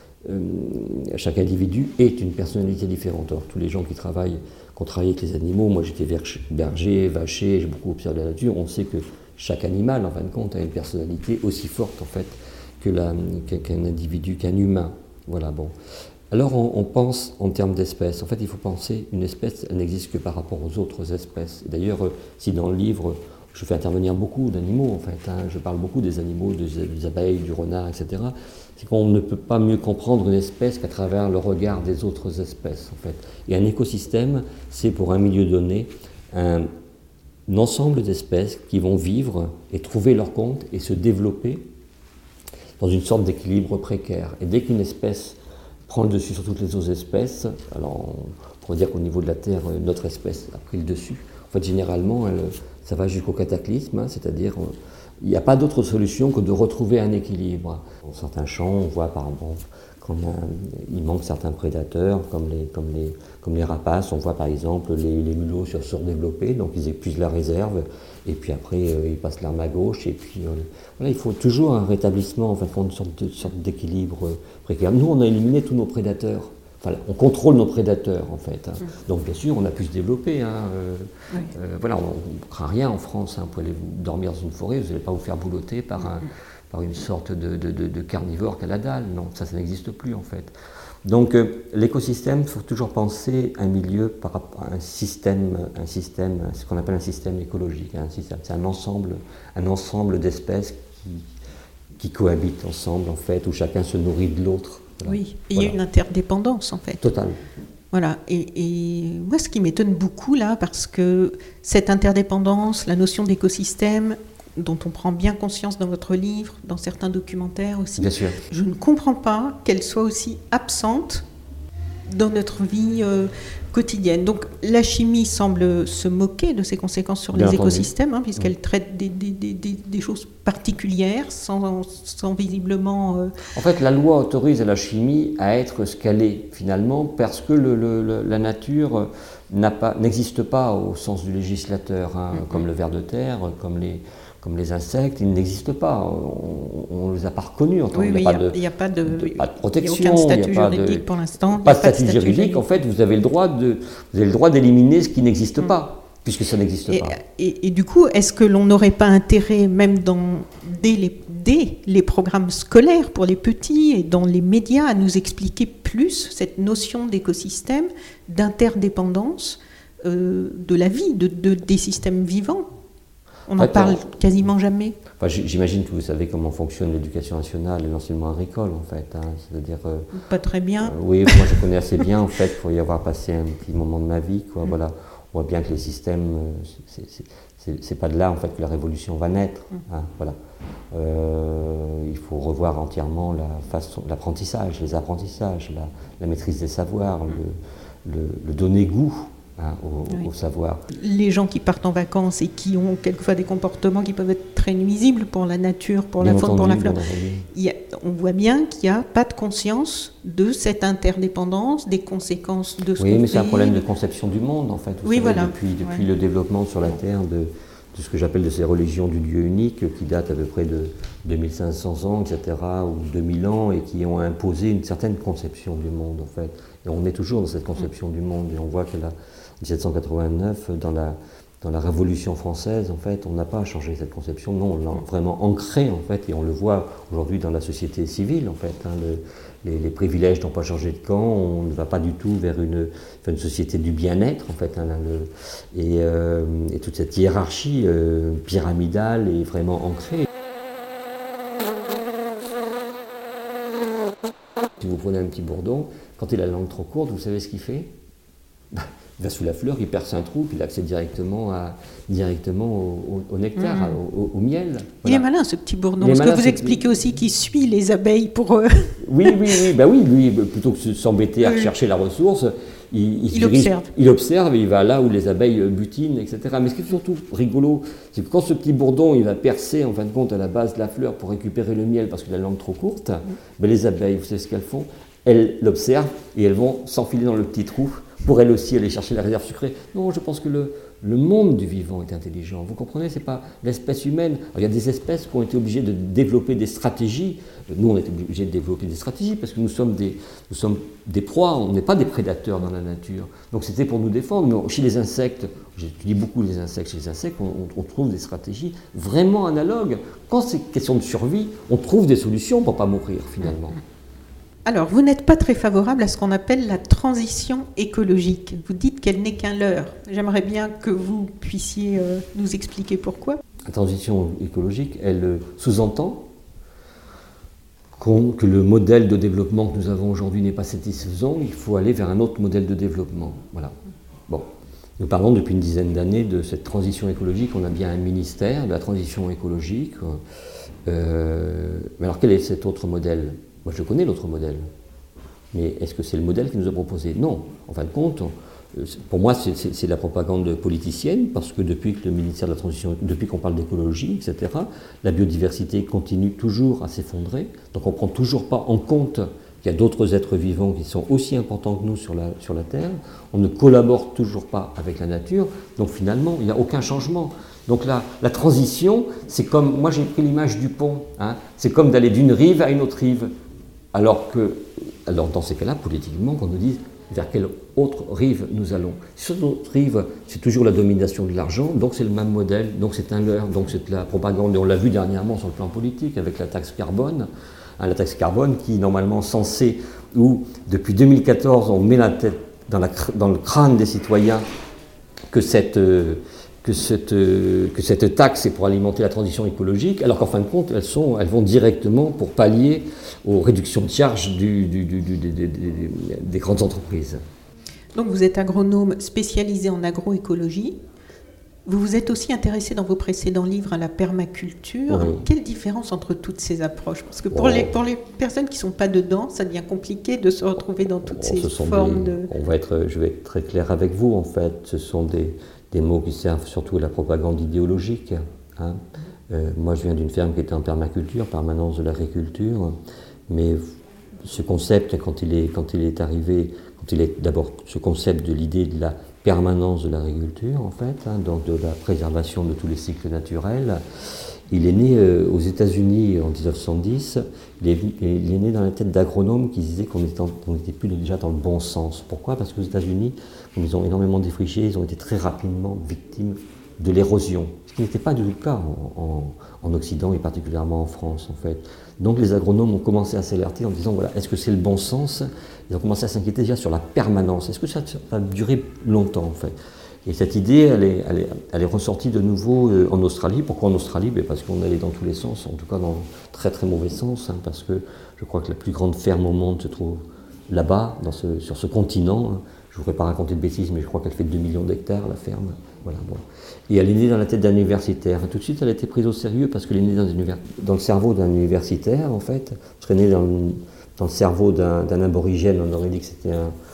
chaque individu est une personnalité différente. Alors, tous les gens qui ont travaillé avec les animaux, moi j'étais berger, vacher, j'ai beaucoup observé la nature, on sait que chaque animal en fin de compte a une personnalité aussi forte en fait qu'un individu, qu'un humain. Voilà, bon. Alors on pense en termes d'espèces. En fait, il faut penser une espèce, elle n'existe que par rapport aux autres espèces. Et d'ailleurs, si dans le livre, je fais intervenir beaucoup d'animaux, en fait, je parle beaucoup des animaux, des abeilles, du renard, etc., c'est qu'on ne peut pas mieux comprendre une espèce qu'à travers le regard des autres espèces, en fait. Et un écosystème, c'est pour un milieu donné un ensemble d'espèces qui vont vivre et trouver leur compte et se développer dans une sorte d'équilibre précaire. Et dès qu'une espèce prend le dessus sur toutes les autres espèces, alors on pourrait dire qu'au niveau de la Terre, notre espèce a pris le dessus. En fait, généralement, ça va jusqu'au cataclysme, c'est-à-dire il n'y a pas d'autre solution que de retrouver un équilibre. Dans certains champs, on voit par exemple il manque certains prédateurs, comme les rapaces. On voit par exemple les mulots se surdévelopper, donc ils épuisent la réserve, et puis après ils passent l'arme à gauche, et puis voilà, il faut toujours un rétablissement, en fait, une sorte d'équilibre précaire. Nous, on a éliminé tous nos prédateurs. Enfin, on contrôle nos prédateurs, en fait. Donc, bien sûr, on a pu se développer. Voilà, on ne craint rien en France. Vous pouvez aller dormir dans une forêt, vous n'allez pas vous faire boulotter par une sorte de carnivore qu'à la dalle. Non, ça n'existe plus, en fait. Donc, l'écosystème, il faut toujours penser un milieu par rapport à un système, ce qu'on appelle un système écologique. C'est un ensemble d'espèces qui cohabitent ensemble, en fait, où chacun se nourrit de l'autre. Voilà. Oui, et il y a une interdépendance, en fait. Totale. Voilà, et moi, ce qui m'étonne beaucoup, là, parce que cette interdépendance, la notion d'écosystème, dont on prend bien conscience dans votre livre, dans certains documentaires aussi, bien sûr. Je ne comprends pas qu'elle soit aussi absente dans notre vie quotidienne. Donc la chimie semble se moquer de ses conséquences sur les écosystèmes, puisqu'elle traite des choses particulières, sans visiblement... En fait, la loi autorise la chimie à être ce qu'elle est, finalement, parce que la nature n'existe pas au sens du législateur, comme le ver de terre, comme les insectes, ils n'existent pas. On ne les a pas reconnus. Il n'y a pas de protection. Il n'y a aucun statut juridique pour l'instant. Pas de statut juridique. En fait, vous avez le droit d'éliminer ce qui n'existe pas, puisque ça n'existe pas. Et du coup, est-ce que l'on n'aurait pas intérêt, même dès les programmes scolaires pour les petits et dans les médias, à nous expliquer plus cette notion d'écosystème, d'interdépendance de la vie, des systèmes vivants? On n'en parle quasiment jamais. Enfin, j'imagine que vous savez comment fonctionne l'éducation nationale et l'enseignement agricole, en fait. C'est-à-dire, pas très bien. Oui, moi je connais assez bien, en fait, pour y avoir passé un petit moment de ma vie. Voilà. On voit bien que les systèmes, c'est pas de là, en fait, que la révolution va naître. Voilà. Il faut revoir entièrement l'apprentissage, les apprentissages, la maîtrise des savoirs, le donner goût. Au savoir. Les gens qui partent en vacances et qui ont quelquefois des comportements qui peuvent être très nuisibles pour la nature, pour la faune, pour la flore, on voit bien qu'il n'y a pas de conscience de cette interdépendance, des conséquences de ce qu'on fait. Oui, mais c'est un problème de conception du monde, en fait. Oui, voilà. Depuis le développement sur la Terre de ce que j'appelle de ces religions du Dieu unique, qui datent à peu près de 2500 ans, etc., ou 2000 ans, et qui ont imposé une certaine conception du monde, en fait. Et on est toujours dans cette conception du monde, et on voit que 1789, dans la Révolution française, en fait, on n'a pas changé cette conception. Non, on l'a vraiment ancrée, en fait, et on le voit aujourd'hui dans la société civile, en fait. Les privilèges n'ont pas changé de camp, on ne va pas du tout vers une société du bien-être, en fait. Et toute cette hiérarchie pyramidale est vraiment ancrée. Si vous prenez un petit bourdon, quand il a la langue trop courte, vous savez ce qu'il fait ? Il va sous la fleur, il perce un trou, puis il accède directement au nectar, au miel. Voilà. Il est malin, ce petit bourdon. Est-ce que vous expliquez aussi qu'il suit les abeilles pour... Oui, lui, plutôt que de s'embêter à chercher la ressource, il observe. Il observe et il va là où les abeilles butinent, etc. Mais ce qui est surtout rigolo, c'est que quand ce petit bourdon, il va percer, en fin de compte, à la base de la fleur pour récupérer le miel parce qu'il a la langue trop courte, les abeilles, vous savez ce qu'elles font ? Elles l'observent et elles vont s'enfiler dans le petit trou pour elles aussi aller chercher la réserve sucrée. Non, je pense que le monde du vivant est intelligent. Vous comprenez, c'est pas l'espèce humaine. Alors, il y a des espèces qui ont été obligées de développer des stratégies. Nous, on est obligés de développer des stratégies parce que nous sommes des proies, on n'est pas des prédateurs dans la nature. Donc c'était pour nous défendre. Mais chez les insectes, j'étudie beaucoup les insectes, chez les insectes, on trouve des stratégies vraiment analogues. Quand c'est question de survie, on trouve des solutions pour ne pas mourir finalement. Alors, vous n'êtes pas très favorable à ce qu'on appelle la transition écologique. Vous dites qu'elle n'est qu'un leurre. J'aimerais bien que vous puissiez nous expliquer pourquoi. La transition écologique, elle sous-entend que le modèle de développement que nous avons aujourd'hui n'est pas satisfaisant, il faut aller vers un autre modèle de développement. Voilà. Bon. Nous parlons depuis une dizaine d'années de cette transition écologique. On a bien un ministère de la transition écologique. Mais alors, quel est cet autre modèle ? Moi, je connais l'autre modèle. Mais est-ce que c'est le modèle qui nous a proposé ? Non. En fin de compte, pour moi, c'est la propagande politicienne, parce que depuis que le ministère de la Transition, depuis qu'on parle d'écologie, etc., la biodiversité continue toujours à s'effondrer. Donc on ne prend toujours pas en compte qu'il y a d'autres êtres vivants qui sont aussi importants que nous sur la Terre. On ne collabore toujours pas avec la nature. Donc finalement, il n'y a aucun changement. Donc la transition, c'est comme, moi j'ai pris l'image du pont, c'est comme d'aller d'une rive à une autre rive. Alors dans ces cas-là, politiquement, qu'on nous dise vers quelle autre rive nous allons. Sur notre rive, c'est toujours la domination de l'argent, donc c'est le même modèle, donc c'est un leurre, donc c'est de la propagande. Et on l'a vu dernièrement sur le plan politique avec la taxe carbone. La taxe carbone qui est normalement censée, où depuis 2014 on met la tête dans le crâne des citoyens que que cette taxe est pour alimenter la transition écologique, alors qu'en fin de compte, elles vont directement pour pallier aux réductions de charges des grandes entreprises. Donc vous êtes agronome spécialisé en agroécologie. Vous vous êtes aussi intéressé dans vos précédents livres à la permaculture. Oui. Quelle différence entre toutes ces approches? Parce que pour les personnes qui ne sont pas dedans, ça devient compliqué de se retrouver dans toutes ces formes je vais être très clair avec vous, en fait. Ce sont des mots qui servent surtout à la propagande idéologique. Hein. Moi, je viens d'une ferme qui était en permaculture, permanence de l'agriculture. Mais ce concept, quand il est arrivé, d'abord ce concept de l'idée de la permanence de l'agriculture, en fait, hein, donc de la préservation de tous les cycles naturels. Il est né aux États-Unis en 1910. Il est né dans la tête d'agronomes qui disaient qu'on n'était plus déjà dans le bon sens. Pourquoi? Parce qu'aux États-Unis, comme ils ont énormément défriché, ils ont été très rapidement victimes de l'érosion, ce qui n'était pas du tout le cas en Occident et particulièrement en France, en fait. Donc les agronomes ont commencé à s'alerter en disant, voilà, est-ce que c'est le bon sens? Ils ont commencé à s'inquiéter déjà sur la permanence. Est-ce que ça va durer longtemps, en fait? Et cette idée, elle est ressortie de nouveau en Australie. Pourquoi en Australie? Parce qu'on allait dans tous les sens, en tout cas dans le très très mauvais sens, hein, parce que je crois que la plus grande ferme au monde se trouve là-bas, sur ce continent. Hein. Je ne voudrais pas raconter de bêtises, mais je crois qu'elle fait 2 millions d'hectares, la ferme. Voilà, bon. Et elle est née dans la tête d'un universitaire. Et tout de suite, elle a été prise au sérieux parce qu'elle est née dans le cerveau d'un universitaire, en fait. Elle serait née dans le cerveau d'un aborigène. On aurait dit que c'était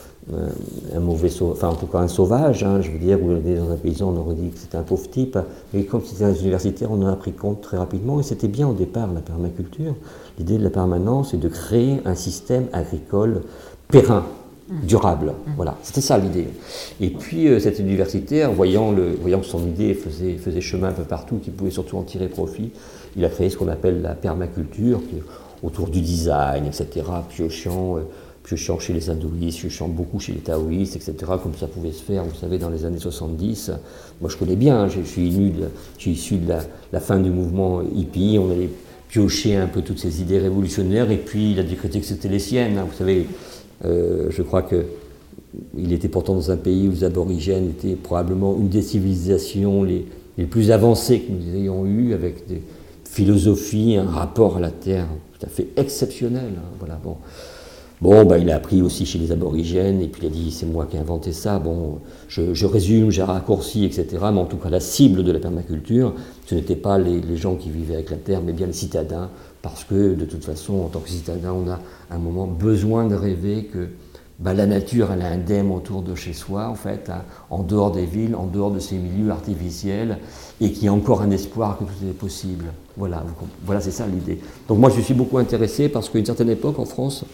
un mauvais sauvage, enfin en tout cas un sauvage, hein, je veux dire, ou elle est née dans un paysan, on aurait dit que c'était un pauvre type. Mais comme c'était un universitaire, on en a pris compte très rapidement. Et c'était bien au départ, la permaculture. L'idée de la permanence est de créer un système agricole périn, durable. Voilà, c'était ça l'idée. Et puis cet universitaire, voyant que son idée faisait chemin un peu partout, qu'il pouvait surtout en tirer profit, il a créé ce qu'on appelle la permaculture, qui est autour du design, etc., piochant chez les hindouistes, piochant beaucoup chez les taoïstes, etc., comme ça pouvait se faire, vous savez, dans les années 70. Moi, je connais bien, je suis issu de la fin du mouvement hippie, on allait piocher un peu toutes ces idées révolutionnaires, et puis il a décrété que c'était les siennes, hein, vous savez. Je crois qu'il était pourtant dans un pays où les aborigènes étaient probablement une des civilisations les plus avancées que nous ayons eues, avec des philosophies, un rapport à la terre tout à fait exceptionnel. Hein, voilà, bon, il a appris aussi chez les aborigènes, et puis il a dit c'est moi qui ai inventé ça. Bon, je résume, j'ai raccourci, etc. Mais en tout cas, la cible de la permaculture, ce n'était pas les gens qui vivaient avec la terre, mais bien les citadins. Parce que, de toute façon, en tant que citadin, on a un moment besoin de rêver que la nature, elle a un dème autour de chez soi, en fait, hein, en dehors des villes, en dehors de ces milieux artificiels, et qu'il y a encore un espoir que tout est possible. Voilà, c'est ça l'idée. Donc moi, je suis beaucoup intéressé parce qu'à une certaine époque, en France,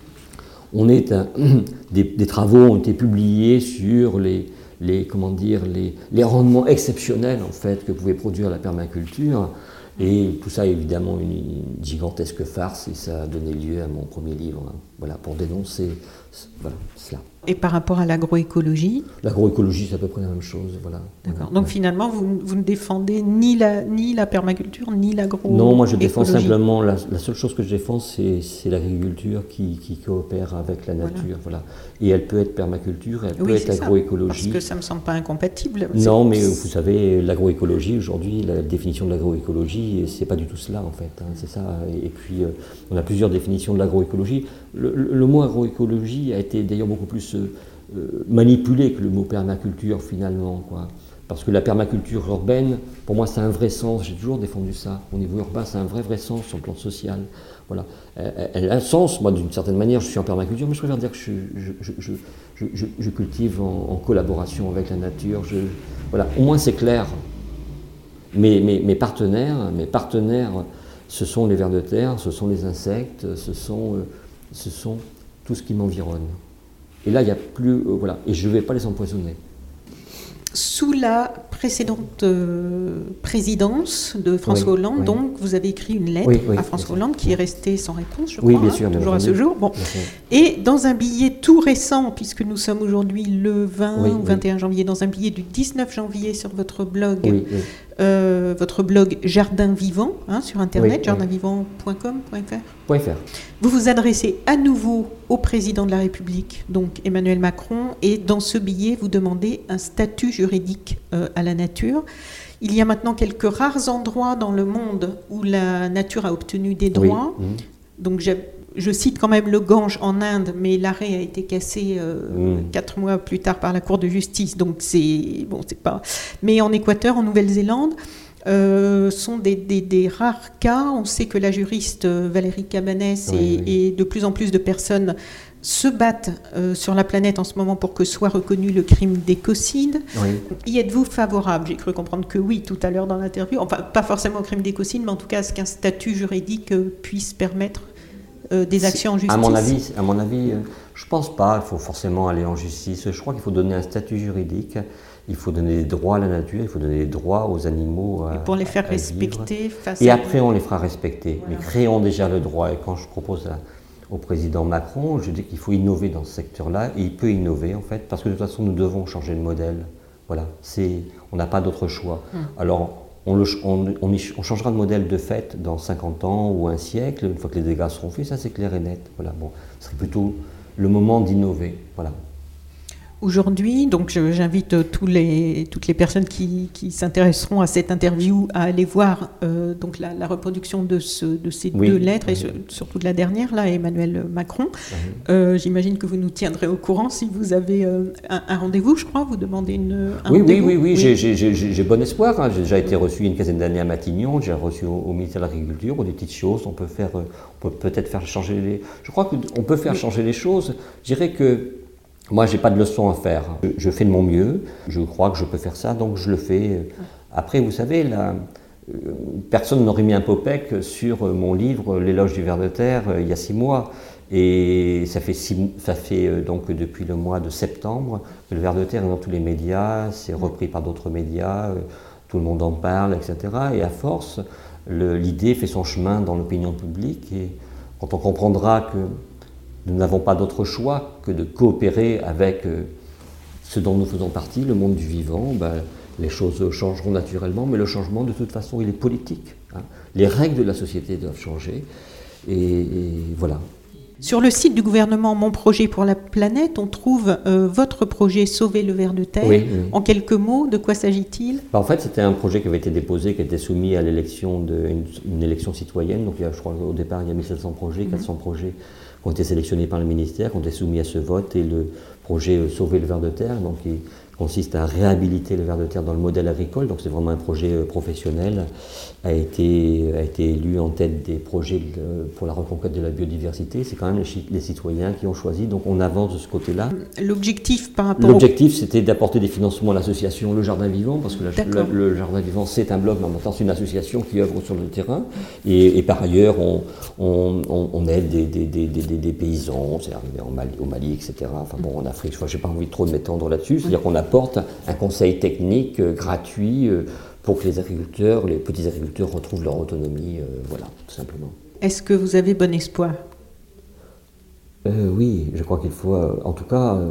des travaux ont été publiés sur les rendements exceptionnels, en fait, que pouvait produire la permaculture. Et tout ça, évidemment, une gigantesque farce, et ça a donné lieu à mon premier livre, hein, voilà, pour dénoncer cela. Et par rapport à l'agroécologie? L'agroécologie, c'est à peu près la même chose, voilà. D'accord. Donc finalement, vous ne défendez ni la permaculture, ni l'agroécologie? Non, moi je défends simplement, la seule chose que je défends, c'est l'agriculture qui coopère avec la nature, voilà. Et elle peut être permaculture, elle peut être agroécologie. Parce que ça ne me semble pas incompatible. Non, mais vous savez, l'agroécologie, aujourd'hui, la définition de l'agroécologie, c'est pas du tout cela, en fait, hein, c'est ça. Et puis, on a plusieurs définitions de l'agroécologie. Le mot agroécologie a été d'ailleurs beaucoup plus manipulé que le mot permaculture, finalement, quoi. Parce que la permaculture urbaine, pour moi, c'est un vrai sens. J'ai toujours défendu ça. Au niveau urbain, c'est un vrai sens sur le plan social. Voilà. Elle a un sens. Moi, d'une certaine manière, je suis en permaculture, mais je préfère dire que je cultive en collaboration avec la nature. Voilà. Au moins, c'est clair. Mes partenaires, ce sont les vers de terre, ce sont les insectes, ce sont tout ce qui m'environne. Et là, il n'y a plus... voilà. Et je ne vais pas les empoisonner. Sous la précédente présidence de François Hollande, donc, vous avez écrit une lettre à François Hollande qui est restée sans réponse, je crois, bien sûr, toujours à ce jour. Bon. Et dans un billet tout récent, puisque nous sommes aujourd'hui le 20 ou 21 janvier, dans un billet du 19 janvier sur votre blog, votre blog Jardin Vivant sur Internet, jardinvivant.com.fr. Vous vous adressez à nouveau au président de la République, donc Emmanuel Macron, et dans ce billet, vous demandez un statut juridique à la nature. Il y a maintenant quelques rares endroits dans le monde où la nature a obtenu des droits. Oui. Donc je cite quand même le Gange en Inde, mais l'arrêt a été cassé 4 mois plus tard par la Cour de justice. Donc c'est pas. Mais en Équateur, en Nouvelle-Zélande, sont des rares cas. On sait que la juriste Valérie Cabanès et de plus en plus de personnes se battent sur la planète en ce moment pour que soit reconnu le crime d'écocide. Y êtes-vous favorable ? J'ai cru comprendre que oui tout à l'heure dans l'interview. Enfin, pas forcément au crime d'écocide, mais en tout cas à ce qu'un statut juridique puisse permettre des actions en justice. À mon avis, je ne pense pas qu'il faut forcément aller en justice. Je crois qu'il faut donner un statut juridique. Il faut donner des droits à la nature, il faut donner des droits aux animaux et pour les faire respecter et après on les fera respecter. Voilà. Mais créons déjà le droit. Et quand je propose au président Macron, je dis qu'il faut innover dans ce secteur-là, et il peut innover en fait, parce que de toute façon nous devons changer le modèle. Voilà, on n'a pas d'autre choix. Alors on changera de modèle de fait dans 50 ans ou un siècle, une fois que les dégâts seront faits, ça c'est clair et net. Voilà, bon, ce serait plutôt le moment d'innover. Voilà. Aujourd'hui, donc j'invite toutes les personnes qui s'intéresseront à cette interview à aller voir donc la reproduction de ces deux lettres et surtout de la dernière, là, Emmanuel Macron. J'imagine que vous nous tiendrez au courant si vous avez un rendez-vous, je crois, vous demandez un rendez-vous. Oui, j'ai bon espoir. J'ai déjà été reçu il y a une quinzaine d'années à Matignon, j'ai reçu au ministère de l'Agriculture, des petites choses, on peut peut-être faire changer je crois qu'on peut faire changer les choses. Je dirais que moi, je n'ai pas de leçon à faire. Je fais de mon mieux. Je crois que je peux faire ça, donc je le fais. Après, vous savez, personne n'aurait mis un popec sur mon livre « L'éloge du ver de terre » il y a 6 mois. Et ça fait donc depuis le mois de septembre que le ver de terre est dans tous les médias, c'est repris par d'autres médias, tout le monde en parle, etc. Et à force, l'idée fait son chemin dans l'opinion publique. Et quand on comprendra que nous n'avons pas d'autre choix que de coopérer avec ce dont nous faisons partie, le monde du vivant. Les choses changeront naturellement, mais le changement, de toute façon, il est politique. Les règles de la société doivent changer, et voilà. Sur le site du gouvernement Mon projet pour la planète, on trouve votre projet Sauver le ver de terre. Oui. En quelques mots, de quoi s'agit-il ? En fait, c'était un projet qui avait été déposé, qui était soumis à l'élection une élection citoyenne. Donc, je crois qu'au départ, il y a 1700 projets, 400 projets qui ont été sélectionnés par le ministère, qui ont été soumis à ce vote, et le projet Sauver le ver de terre, donc qui consiste à réhabiliter le ver de terre dans le modèle agricole, donc c'est vraiment un projet professionnel, a été élu en tête des projets pour la reconquête de la biodiversité. C'est quand même les citoyens qui ont choisi, donc on avance de ce côté-là. L'objectif par rapport c'était d'apporter des financements à l'association Le Jardin Vivant, parce que le Jardin Vivant, c'est un blog, mais en même temps c'est une association qui œuvre sur le terrain, et par ailleurs on aide des paysans, c'est arrivé au Mali, etc. Enfin bon, en Afrique, je n'ai pas envie trop de m'étendre là-dessus, c'est-à-dire qu'on apporte un conseil technique gratuit pour que les petits agriculteurs retrouvent leur autonomie, voilà, tout simplement. Est-ce que vous avez bon espoir ? Oui, je crois qu'il faut, en tout cas,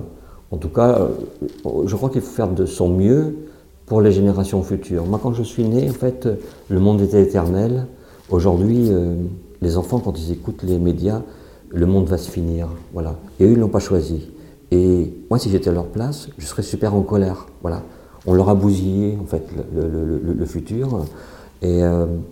je crois qu'il faut faire de son mieux pour les générations futures. Moi, quand je suis né, en fait, le monde était éternel. Aujourd'hui, les enfants, quand ils écoutent les médias, le monde va se finir, voilà. Et eux, ils ne l'ont pas choisi. Et moi, si j'étais à leur place, je serais super en colère, voilà. On leur a bousillé, en fait, le futur. Et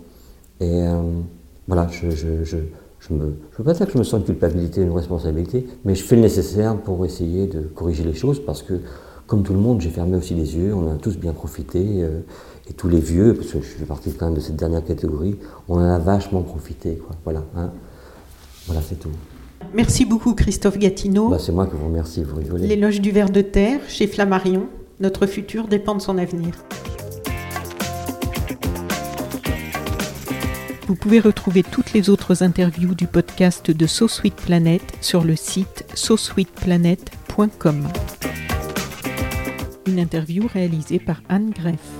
voilà, je ne veux pas dire que je me sens une culpabilité, une responsabilité, mais je fais le nécessaire pour essayer de corriger les choses, parce que, comme tout le monde, j'ai fermé aussi les yeux, on en a tous bien profité, et tous les vieux, parce que je fais partie quand même de cette dernière catégorie, on en a vachement profité, quoi. Voilà, voilà, c'est tout. Merci beaucoup Christophe Gatineau. C'est moi qui vous remercie, vous rigolez. L'éloge du ver de terre, chez Flammarion. Notre futur dépend de son avenir. Vous pouvez retrouver toutes les autres interviews du podcast de So Sweet Planet sur le site sosweetplanet.com. Une interview réalisée par Anne Greff.